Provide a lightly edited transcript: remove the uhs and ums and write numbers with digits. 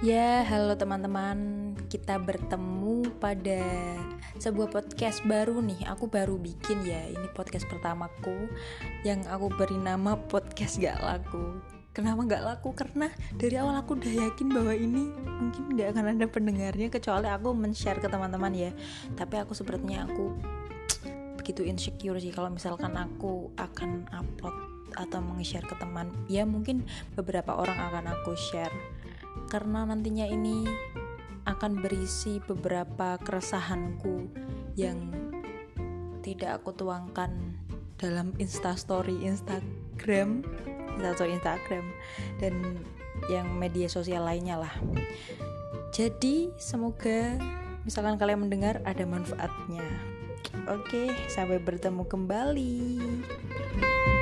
Ya, halo teman-teman. Kita bertemu pada sebuah podcast baru nih. Aku baru bikin ya. Ini podcast pertamaku yang aku beri nama podcast gak laku. Kenapa gak laku? Karena dari awal aku udah yakin bahwa ini mungkin gak akan ada pendengarnya kecuali aku men-share ke teman-teman ya. Tapi aku sepertinya begitu insecure sih kalau misalkan aku akan upload atau meng-share ke teman. Ya mungkin beberapa orang akan aku share karena nantinya ini akan berisi beberapa keresahanku yang tidak aku tuangkan dalam Instastory Instagram dan yang media sosial lainnya lah. Jadi semoga misalkan kalian mendengar ada manfaatnya. Oke, sampai bertemu kembali.